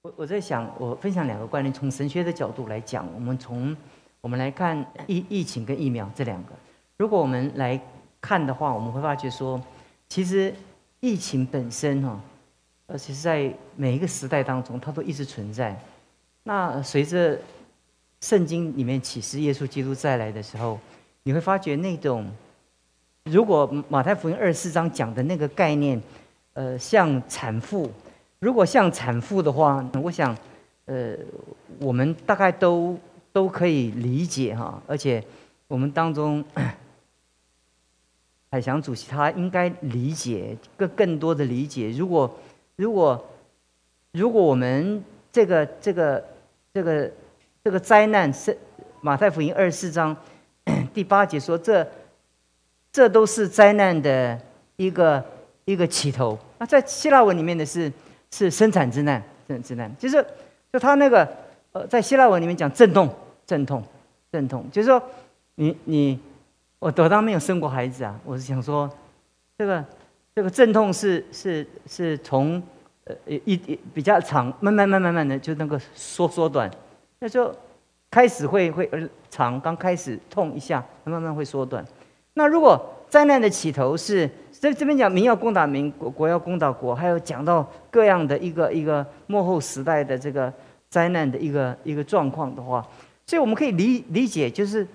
我在想，我分享两个观念，从神学的角度来讲，我们来看疫情跟疫苗这两个。如果我们来看的话，我们会发觉说，其实疫情本身其实在每一个时代当中，它都一直存在。那随着圣经里面启示耶稣基督再来的时候，你会发觉那种，如果马太福音24章讲的那个概念，像产妇。如果像产妇的话，我想，我们大概都可以理解哈，而且我们当中，海翔主席他应该理解更多的理解。如果我们这个灾难是马太福音24章第8节说，这都是灾难的一个起头。那在希腊文里面的是生产之难，就是他那个在希腊文里面讲阵痛，就是说我当然没有生过孩子啊，我是想说这个阵痛是从比较长，慢慢的就那个缩短，那时候开始会长，刚开始痛一下，慢慢会缩短。那如果灾难的起头是这边讲民要攻打民，国要攻打国，还有讲到各样的一个末后时代的这个灾难的一个状况的话，所以我们可以理解，就是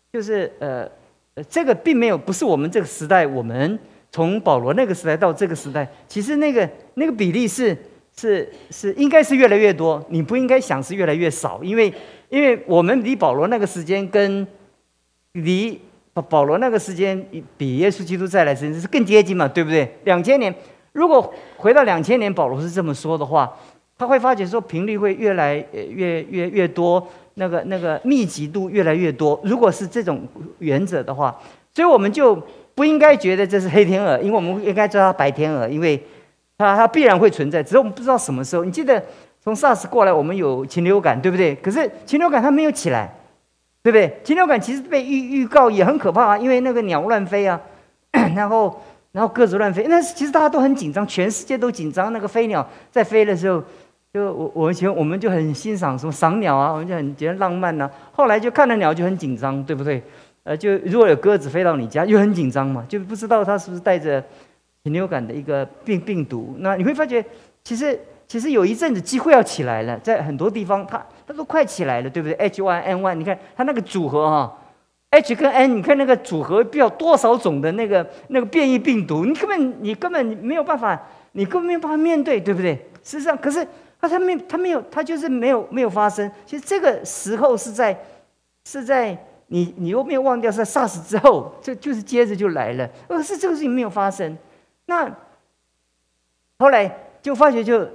这个并没有不是我们这个时代，我们从保罗那个时代到这个时代，其实那个比例是应该是越来越多，你不应该想是越来越少，因为我们离保罗那个时间跟离保罗那个时间比耶稣基督再来时间是更接近嘛，对不对？2000年，如果回到2000年，保罗是这么说的话，他会发觉说频率会越来越多，那个密集度越来越多。如果是这种原则的话，所以我们就不应该觉得这是黑天鹅，因为我们应该叫它白天鹅，因为它必然会存在，只是我们不知道什么时候。你记得从 SARS 过来，我们有禽流感，对不对？可是禽流感它没有起来。对不对？禽流感其实被预告也很可怕啊，因为那个鸟乱飞啊，然后鸽子乱飞，那其实大家都很紧张，全世界都紧张。那个飞鸟在飞的时候，就我们就很欣赏什么赏鸟啊，我们就很觉得浪漫啊。后来就看了鸟就很紧张，对不对？就如果有鸽子飞到你家，又很紧张嘛，就不知道它是不是带着禽流感的一个病毒。那你会发觉，其实有一阵子几乎要起来了，在很多地方它都快起来了，对不对 ？H1N1， 你看它那个组合H 跟 N， 你看那个组合不知道多少种的那个变异病毒，你根本没有办法，面对，对不对？事实上，可是它就是没有发生。其实这个时候是在你又没有忘掉是在 SARS 之后，这就是接着就来了，是这个事情没有发生。那后来就发觉就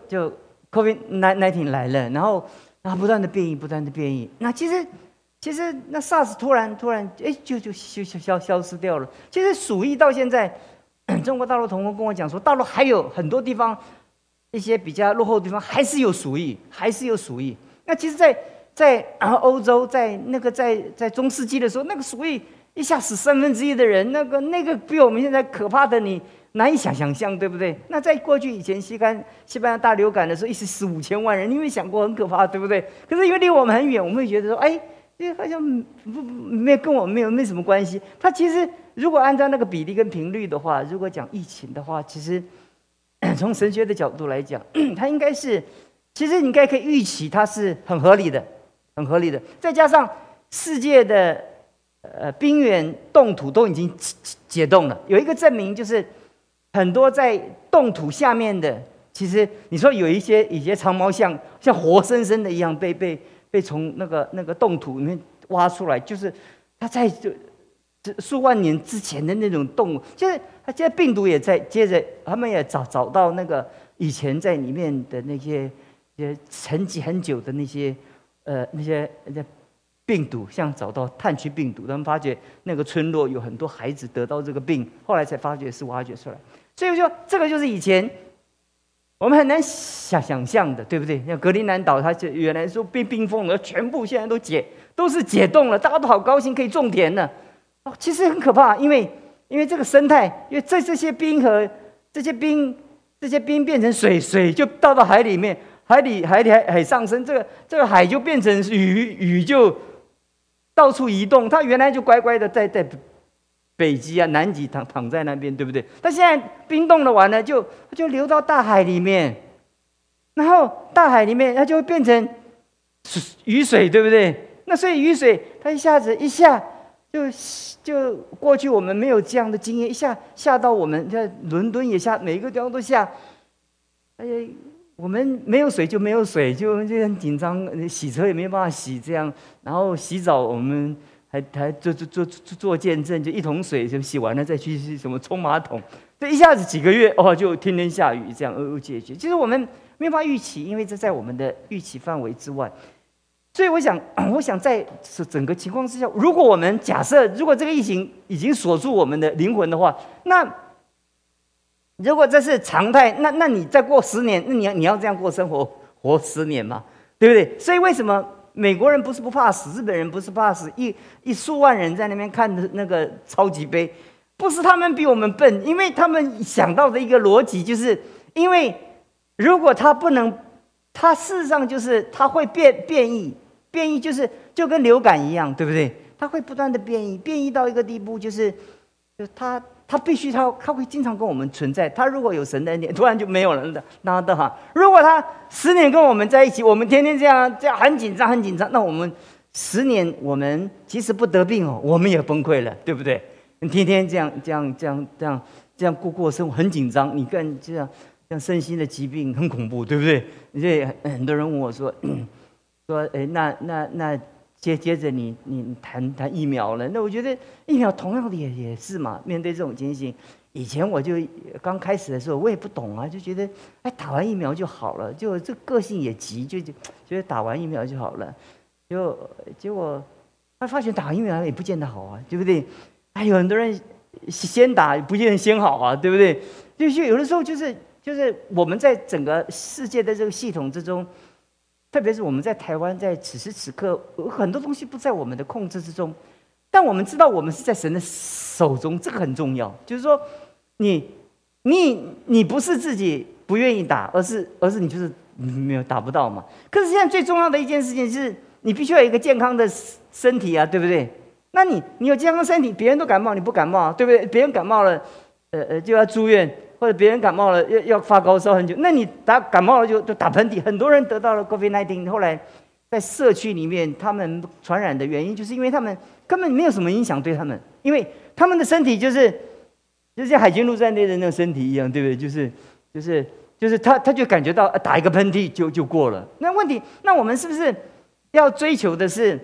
COVID-19 来了，然后不断的变异。那其实那 SARS 突然就消失掉了。其实鼠疫到现在，中国大陆同工跟我讲说，大陆还有很多地方一些比较落后的地方还是有鼠疫。那其实在欧洲，在中世纪的时候，那个鼠疫一下死1/3的人，那个比我们现在可怕的你难以想象，对不对？那在过去以前西班牙大流感的时候，一时死5000万人，你有没有想过很可怕，对不对？可是因为离我们很远，我们会觉得说，好像跟我们没什么关系。它其实如果按照那个比例跟频率的话，如果讲疫情的话，其实从神学的角度来讲，它应该是，其实你应该可以预期它是很合理的。再加上世界的冰原冻土都已经解冻了，有一个证明就是很多在冻土下面的，其实你说有一些长毛像活生生的一样被从那个冻土里面挖出来，就是它在数万年之前的那种动物，就是它现在病毒也在接着，他们也找到那个以前在里面的那些沉积很久的那些病毒，像找到炭疽病毒，他们发觉那个村落有很多孩子得到这个病，后来才发觉是挖掘出来。所以说，这个就是以前我们很难想象的，对不对？像格陵兰岛，它原来说被冰封了，全部现在都是解冻了，大家都好高兴，可以种田了。其实很可怕，因为这个生态，因为这些冰和这些冰变成水就倒到海里面， 海上升，这个海就变成雨就到处移动。它原来就乖乖的在北极啊、南极躺在那边，对不对？它现在冰冻了完了，就流到大海里面，然后大海里面它就会变成雨水，对不对？那所以雨水它一下就过去我们没有这样的经验，一下下到我们在伦敦也下，每一个地方都下。我们没有水就没有水，就很紧张，洗车也没办法洗这样，然后洗澡我们还做见证，就一桶水就洗完了再去什么冲马桶，这一下子几个月就天天下雨这样解决。其实我们没有办法预期，因为这在我们的预期范围之外。所以我想在整个情况之下，如果我们假设如果这个疫情已经锁住我们的灵魂的话，那如果这是常态，那你再过10年，那你要这样过生活，活10年嘛，对不对？所以为什么美国人不是不怕死，日本人不是怕死，一数万人在那边看的那个超级杯，不是他们比我们笨，因为他们想到的一个逻辑就是，因为如果他不能，他事实上就是他会变异就是就跟流感一样，对不对？他会不断的变异到一个地步，就是他必须他会经常跟我们存在。他如果有神的恩典，突然就没有人的那的哈。如果他10年跟我们在一起，我们天天这样很紧张，那我们10年我们即使不得病我们也崩溃了，对不对？你天天这样过生活很紧张，你更这样身心的疾病很恐怖，对不对？所以很多人问我说那接着你谈疫苗了，那我觉得疫苗同样的也是嘛。面对这种情形，以前我就刚开始的时候我也不懂啊，就觉得打完疫苗就好了，就这个性也急，就觉得打完疫苗就好了，结果发现打完疫苗也不见得好啊，对不对？有很多人先打不见得先好啊，对不对？就有的时候就是我们在整个世界的这个系统之中。特别是我们在台湾，在此时此刻，很多东西不在我们的控制之中，但我们知道我们是在神的手中，这个很重要。就是说，你不是自己不愿意打，而是你就是没有打不到嘛。可是现在最重要的一件事情是，你必须要有一个健康的身体啊，对不对？那你有健康的身体，别人都感冒，你不感冒，对不对？别人感冒了，就要住院。或者别人感冒了要发高烧很久，那你感冒了就打喷嚏，很多人得到了 COVID-19， 后来在社区里面他们传染的原因，就是因为他们根本没有什么影响对他们，因为他们的身体就是像海军陆战队的那个身体一样，对不对？就是他就感觉到打一个喷嚏就过了。那问题，那我们是不是要追求的是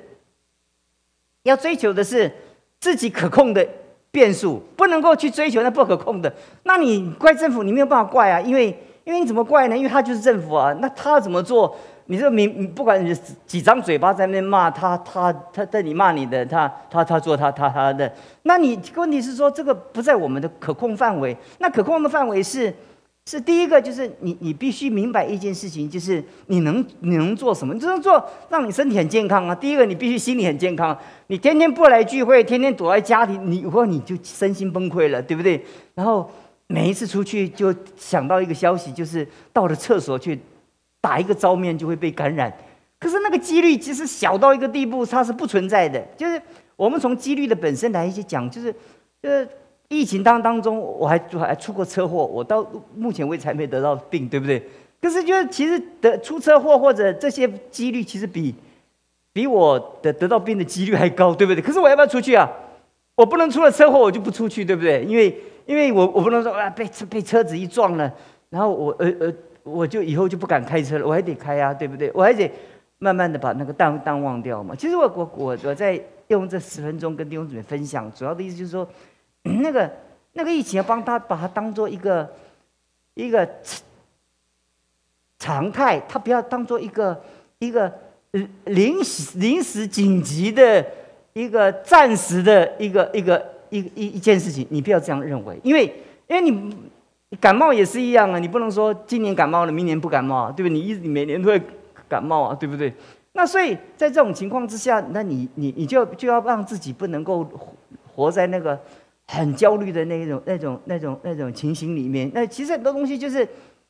自己可控的变数，不能够去追求那不可控的。那你怪政府，你没有办法怪啊，因为你怎么怪呢？因为他就是政府啊，那他怎么做？你说你不管你几张嘴巴在那边骂他在你骂你的，他做他的。那你问题是说这个不在我们的可控范围。那可控的范围是第一个，就是你必须明白一件事情，就是你能做什么？你只能做让你身体很健康啊。第一个，你必须心理很健康。你天天不来聚会，天天躲在家里，你就身心崩溃了，对不对？然后每一次出去就想到一个消息，就是到了厕所去打一个照面就会被感染。可是那个几率其实小到一个地步，它是不存在的。就是我们从几率的本身来一起讲，就是疫情当中，我还出过车祸，我到目前为止还没得到病，对不对？可是其实出车祸或者这些几率，其实比我得到病的几率还高，对不对？可是我要不要出去啊？我不能出了车祸我就不出去，对不对？因为我不能说被车子一撞了，然后我就以后就不敢开车了，我还得开啊，对不对？我还得慢慢的把那个淡忘掉嘛。其实我在用这10分钟跟弟兄姊妹分享，主要的意思就是说。那个疫情要把它当做一个常态，它不要当做一个临时紧急的一个暂时的一件事情，你不要这样认为，因为你感冒也是一样啊，你不能说今年感冒了，明年不感冒啊，对不对？你每年都会感冒啊，对不对？那所以在这种情况之下，那你就要让自己不能够活在那个。很焦虑的那种情形里面，那其实很多东西就是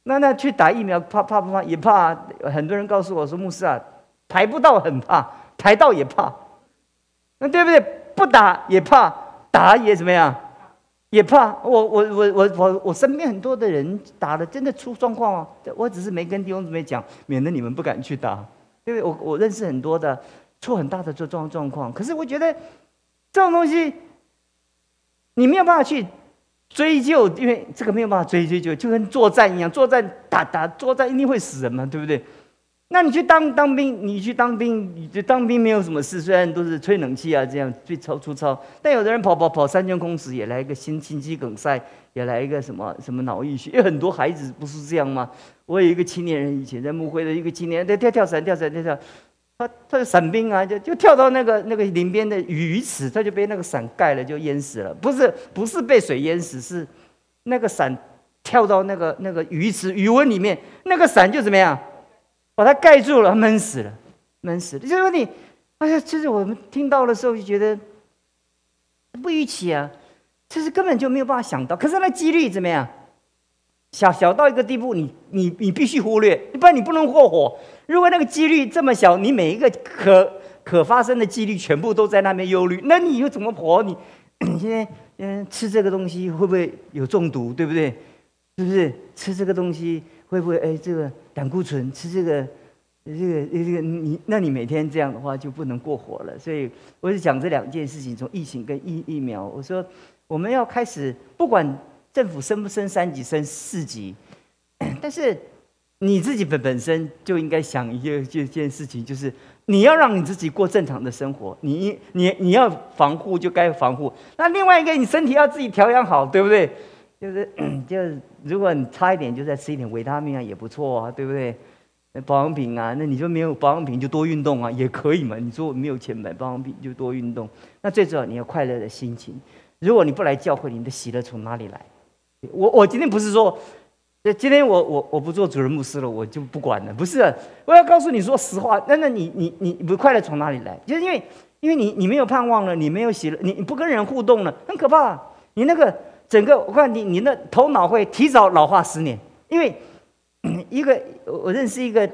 那去打疫苗怕不怕？也怕啊。很多人告诉我说，牧师啊，排不到很怕，排到也怕，那对不对？不打也怕，打也怎么样？也怕。我身边很多的人打了真的出状况啊，我只是没跟弟兄姊妹讲，免得你们不敢去打。因为我认识很多的出很大的状况，可是我觉得这种东西你没有办法去追究，因为这个没有办法追究，就跟作战一样，作战作战一定会死人嘛，对不对？那你去当兵，你当兵没有什么事，虽然都是吹冷气啊，这样最粗糙，但有的人跑3000公尺，也来一个心肌梗塞，也来一个什么脑溢血，因为很多孩子不是这样吗？我有一个青年人，以前在牧会的一个青年人，跳伞，他是伞兵啊，就跳到那个林边的鱼池，他就被那个伞盖了，就淹死了。不是被水淹死，是那个伞跳到那个鱼池鱼温里面，那个伞就怎么样？把它盖住了，闷死了。就是说你，哎呀，就是我们听到的时候就觉得不预期啊，就是根本就没有办法想到。可是那几率怎么样？小到一个地步，你必须忽略，不然你不能过火。如果那个几率这么小，你每一个可发生的几率全部都在那边忧虑，那你又怎么活？你现在吃这个东西会不会有中毒？对不对？是不是吃这个东西会不会这个胆固醇吃这个那你每天这样的话就不能过火了。所以我就讲这两件事情，从疫情跟疫苗，我说我们要开始，不管政府升不升3级升4级，但是你自己本身就应该想一件事情，就是你要让你自己过正常的生活，你要防护就该防护。那另外一个，你身体要自己调养好，对不对？就是如果你差一点，就再吃一点维他命啊，也不错啊，对不对？保养品啊，那你说没有保养品就多运动啊，也可以嘛。你说我没有钱买保养品，就多运动。那最重要你要快乐的心情。如果你不来教会，你的喜乐从哪里来？我今天不是说，今天我不做主任牧师了，我就不管了，不是。我要告诉你说实话，那你不快乐从哪里来？就是因为你没有盼望了，你没有喜乐，你不跟人互动了，很可怕。你那个整个，我看你的头脑会提早老化10年，因为我认识一个，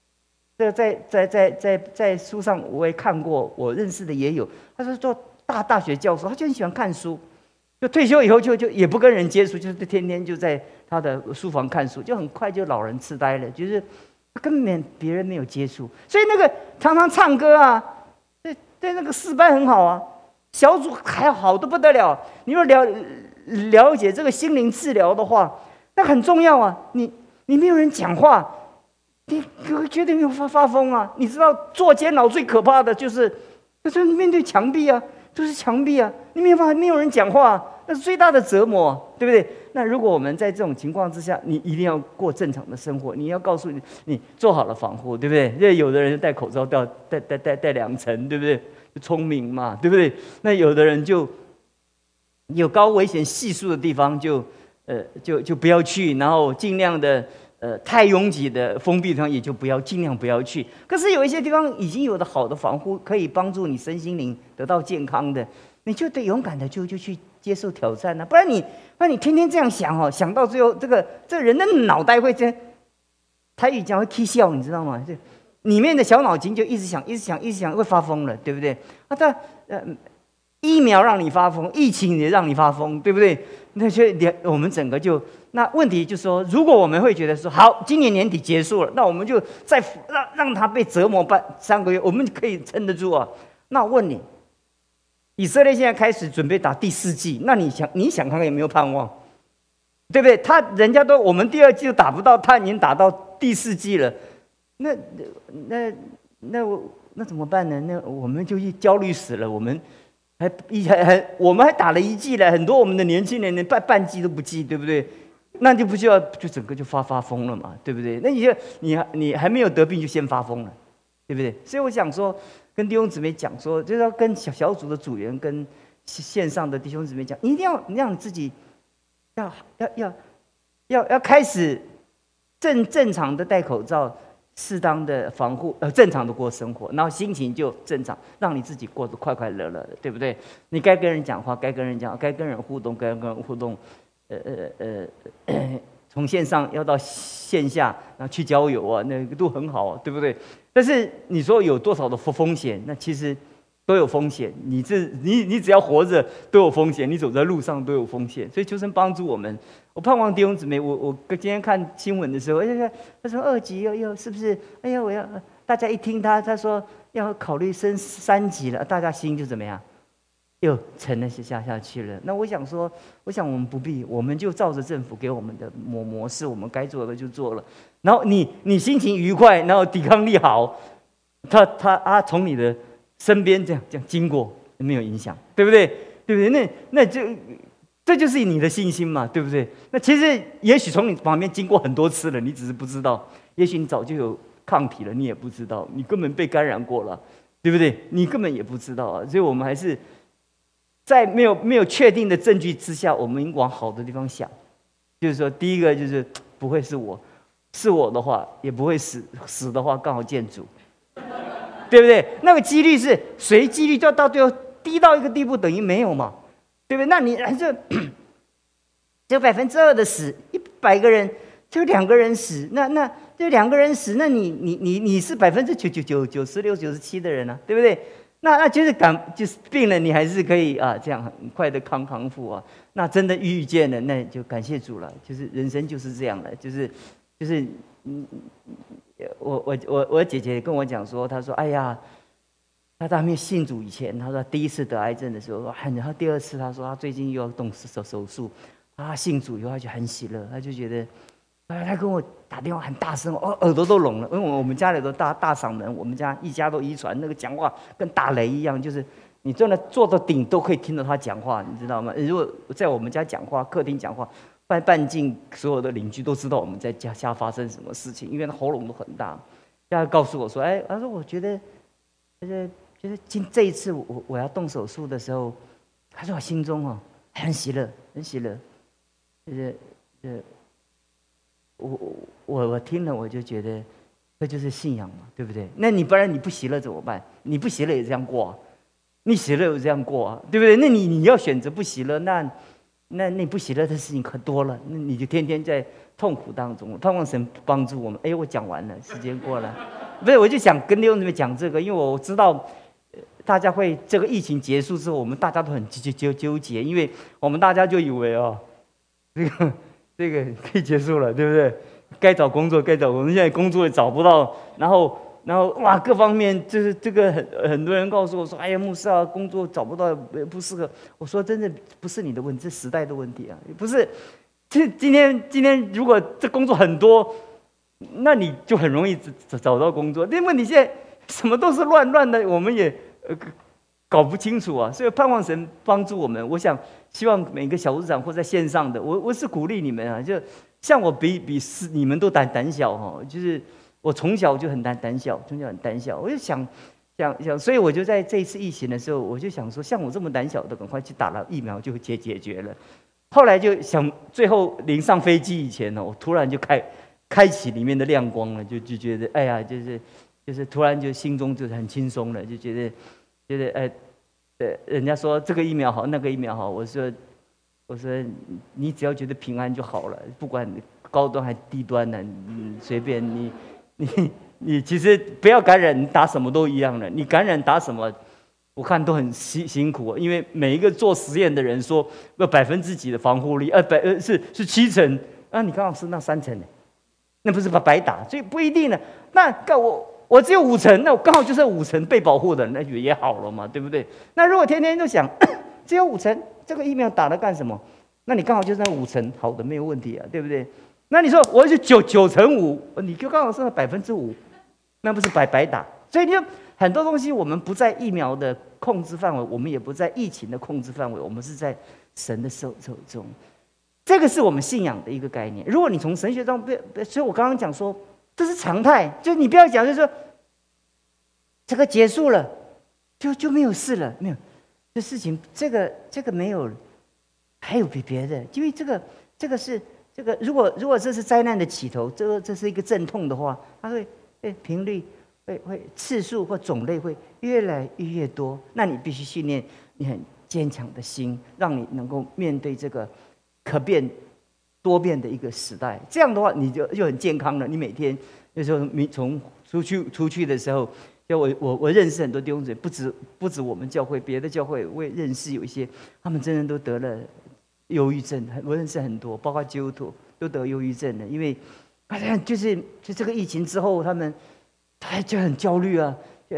在书上我也看过，我认识的也有，他是做大学教授，他就很喜欢看书。就退休以后就也不跟人接触，就是天天就在他的书房看书，就很快就老人痴呆了，就是根本别人没有接触，所以那个常常唱歌啊，对那个诗班很好啊，小组还好得不得了。你若了解这个心灵治疗的话，那很重要啊。你没有人讲话，你绝对没有发疯啊。你知道坐监牢最可怕的就是面对墙壁啊。都是墙壁啊，你没有办法，没有人讲话，那是最大的折磨，对不对？那如果我们在这种情况之下，你一定要过正常的生活，你要告诉你做好了防护，对不对？因为有的人戴口罩戴2层，对不对？聪明嘛，对不对？那有的人就有高危险系数的地方就不要去，然后尽量的。太拥挤的封闭地方也就尽量不要去。可是有一些地方已经有了好的防护，可以帮助你身心灵得到健康的，你就得勇敢的就去接受挑战啊！不然你天天这样想哦，想到最后这人的脑袋会台语讲会起笑，你知道吗？就里面的小脑筋就一直想，会发疯了，对不对？疫苗让你发疯，疫情也让你发疯，对不对？那就我们整个那问题就是说，如果我们会觉得说好，今年年底结束了，那我们就再让他被折磨3个月，我们可以撑得住啊。那我问你，以色列现在开始准备打第4季，那你想看看有没有盼望，对不对？人家我们第2季都打不到，他已经打到第4季了，那怎么办呢？那我们就焦虑死了，我们还打了1季了，很多我们的年轻人连半季都不季，对不对？那就不需要就整个就发疯了嘛，对不对？那你还没有得病就先发疯了，对不对？所以我想说，跟弟兄姊妹讲说，就是要跟小组的组员跟线上的弟兄姊妹讲，你一定要让你自己要开始正常的戴口罩，适当的防护，正常的过生活，然后心情就正常，让你自己过得快快乐乐的，对不对？你该跟人讲话，该跟人互动，该跟人互动。 从线上要到线下，然后去郊游啊，那个都很好啊，对不对？但是你说有多少的风险？那其实都有风险。你只要活着都有风险，你走在路上都有风险。所以求神帮助我们。我盼望弟兄姊妹，我今天看新闻的时候，他说2级又是不是？哎呀，我要大家一听他说要考虑升3级了，大家心就怎么样？又沉了下去了。那我想我们不必，我们就照着政府给我们的模式，我们该做的就做了。然后你心情愉快，然后抵抗力好，他从你的身边这样经过，没有影响，对不对？对不对？那这就是你的信心嘛，对不对？那其实也许从你旁边经过很多次了，你只是不知道。也许你早就有抗体了，你也不知道，你根本被感染过了，对不对？你根本也不知道啊。所以我们还是在没有确定的证据之下，我们往好的地方想。就是说，第一个就是不会是我的话，也不会死的话，刚好见主，对不对？那个几率是随几率就到最后低到一个地步，等于没有嘛。对不对？那你就2%的死，100个人就2个人死，那就2个人死，那你是99%、96%、97%的人啊，对不对？那就是病了，你还是可以啊，这样很快的康复啊。那真的遇见了，那就感谢主了。就是人生就是这样的，就是我姐姐跟我讲说，她说哎呀。他还没有信主以前，他说第1次得癌症的时候，然后第2次他说他最近又要动手术，信主以后他就很喜乐，他就觉得，他跟我打电话很大声，耳朵都聋了，因为我们家里都大嗓门，我们家一家都遗传那个讲话跟打雷一样，就是你真的坐到顶都可以听到他讲话，你知道吗？如果在我们家讲话，客厅讲话，半径所有的邻居都知道我们在家发生什么事情，因为他喉咙都很大。他告诉我说，他说我觉得，就是这一次我要动手术的时候，他说我心中很喜乐，很喜乐。我听了我就觉得，这就是信仰嘛，对不对？那你不然你不喜乐怎么办？你不喜乐也这样过啊，你喜乐也这样过啊，对不对？那你要选择不喜乐，那你不喜乐的事情可多了，那你就天天在痛苦当中。盼望神帮助我们。我讲完了，时间过了，不是，我就想跟弟兄姊妹讲这个，因为我知道。大家会这个疫情结束之后，我们大家都很纠结，因为我们大家就以为这个可以结束了，对不对？该找工作，现在工作也找不到，然后哇，各方面就是这个很多人告诉我说，哎呀，牧师啊，工作找不到，不适合。我说真的不是你的问题，是时代的问题啊，不是。今天如果这工作很多，那你就很容易找到工作。但问题现在什么都是乱的，我们也。搞不清楚啊，所以盼望神帮助我们。我想希望每个小组长或在线上的，我是鼓励你们啊，就像我比你们都胆小哈，就是我从小就很胆小，我就想，所以我就在这一次疫情的时候，我就想说，像我这么胆小的，赶快去打了疫苗就解决了。后来就想，最后临上飞机以前呢，我突然就开启里面的亮光了，就觉得哎呀，就是突然就心中就是很轻松了，就觉得人家说这个疫苗好，那个疫苗好，我说你只要觉得平安就好了，不管高端还低端的，随便你其实不要感染，你打什么都一样的。你感染打什么，我看都很辛苦，因为每一个做实验的人说要%几的防护力，是7成，你刚好是那3成，那不是白打，所以不一定的。那我只有5成，那我刚好就是5成被保护的，那也好了嘛，对不对？那如果天天都想只有5成，这个疫苗打了干什么？那你刚好就是那5成，好的没有问题啊，对不对？那你说我是9乘5，你就刚好是那5%，那不是白打？所以你很多东西我们不在疫苗的控制范围，我们也不在疫情的控制范围，我们是在神的手中。这个是我们信仰的一个概念。如果你从神学中所以我刚刚讲说。这是常态，就你不要讲，就是说这个结束了，就没有事了，没有这事情，这个没有，还有别的，因为这个是这个，如果这是灾难的起头，这是一个阵痛的话，它会频率会次数或种类会越来越多，那你必须训练你很坚强的心，让你能够面对这个可变多变的一个时代。这样的话，你就很健康了。你每天有时候从出去的时候，就我认识很多弟兄姊妹，不止我们教会，别的教会我也认识有一些，他们真的都得了忧郁症。我认识很多，包括基督徒都得忧郁症了，因为好像就这个疫情之后，他们就很焦虑啊，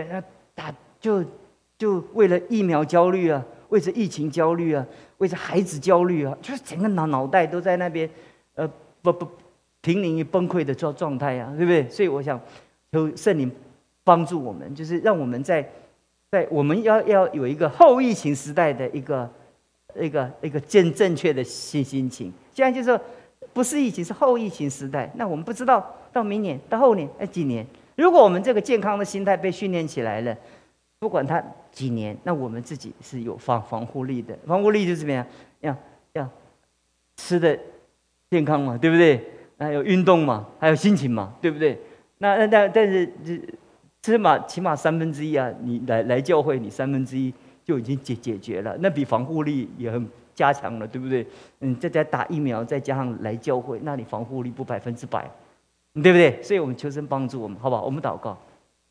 就为了疫苗焦虑啊，为着疫情焦虑啊，为着孩子焦虑啊，就是整个脑袋都在那边，濒临于崩溃的状态啊，对不对？所以我想求圣灵帮助我们，就是让我们在我们要有一个后疫情时代的一个正确的心情。现在就是说不是疫情，是后疫情时代。那我们不知道到明年、到后年、几年，如果我们这个健康的心态被训练起来了，不管它几年，那我们自己是有防护力的。防护力就是怎么样？要吃的健康嘛，对不对？还有运动嘛，还有心情嘛，对不对？但是起码1/3啊，你来教会，你1/3就已经解决了，那比防护力也很加强了，对不对？再加打疫苗，再加上来教会，那你防护力不100%，对不对？所以我们求神帮助我们，好不好？我们祷告。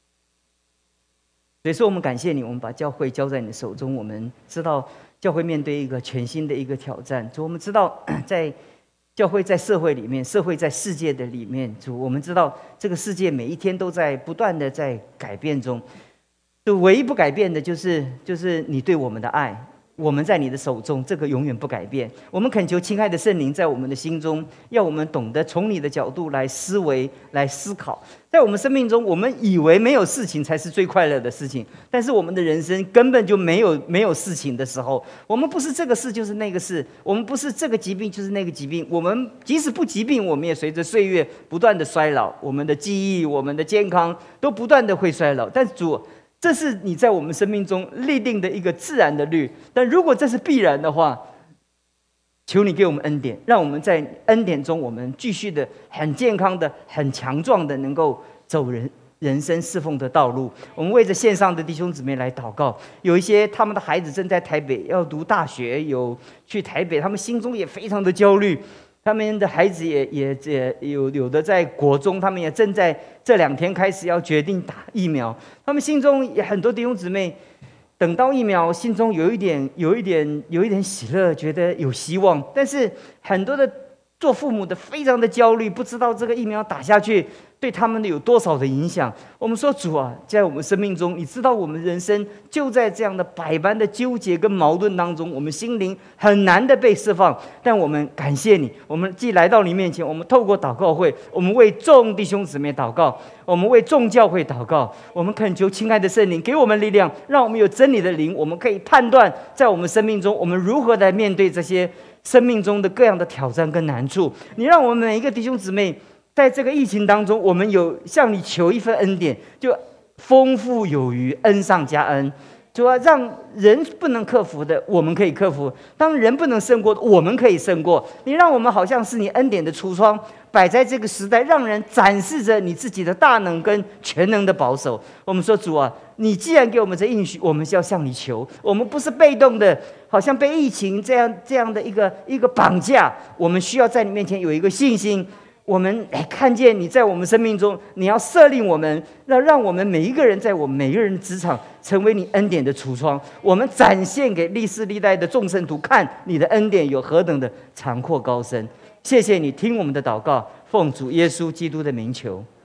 所以说，我们感谢你，我们把教会交在你的手中。我们知道教会面对一个全新的一个挑战。主，我们知道在教会在社会里面，社会在世界的里面。主，我们知道这个世界每一天都在不断的在改变中。就唯一不改变的就是你对我们的爱。我们在你的手中，这个永远不改变。我们恳求亲爱的圣灵在我们的心中，要我们懂得从你的角度来思维、来思考。在我们生命中，我们以为没有事情才是最快乐的事情，但是我们的人生根本就没有事情的时候，我们不是这个事就是那个事，我们不是这个疾病就是那个疾病。我们即使不疾病，我们也随着岁月不断的衰老，我们的记忆、我们的健康都不断的会衰老。但主，这是你在我们生命中立定的一个自然的律，但如果这是必然的话，求你给我们恩典，让我们在恩典中，我们继续的很健康的、很强壮的，能够走人生侍奉的道路。我们为着线上的弟兄姊妹来祷告，有一些他们的孩子正在台北要读大学，有去台北，他们心中也非常的焦虑。他们的孩子也有的在国中，他们也正在这2天开始要决定打疫苗。他们心中也很多弟兄姊妹，等到疫苗，心中有一点喜乐，觉得有希望。但是很多的做父母的非常的焦虑，不知道这个疫苗打下去对他们有多少的影响。我们说主啊，在我们生命中，你知道我们人生就在这样的百般的纠结跟矛盾当中，我们心灵很难的被释放。但我们感谢你，我们既来到你面前，我们透过祷告会，我们为众弟兄姊妹祷告，我们为众教会祷告，我们恳求亲爱的圣灵给我们力量，让我们有真理的灵，我们可以判断在我们生命中，我们如何来面对这些生命中的各样的挑战跟难处。你让我们每一个弟兄姊妹在这个疫情当中，我们有向你求一份恩典，就丰富有余，恩上加恩。主要让人不能克服的，我们可以克服；当人不能胜过的，我们可以胜过。你让我们好像是你恩典的橱窗，摆在这个时代，让人展示着你自己的大能跟全能的保守。我们说主啊，你既然给我们这应许，我们是要向你求。我们不是被动的，好像被疫情这样的一个绑架，我们需要在你面前有一个信心。我们看见你在我们生命中，你要设立我们，让我们每一个人在我们每一个人的职场成为你恩典的橱窗，我们展现给历世历代的众圣徒看你的恩典有何等的长阔高深。谢谢你听我们的祷告，奉主耶稣基督的名求，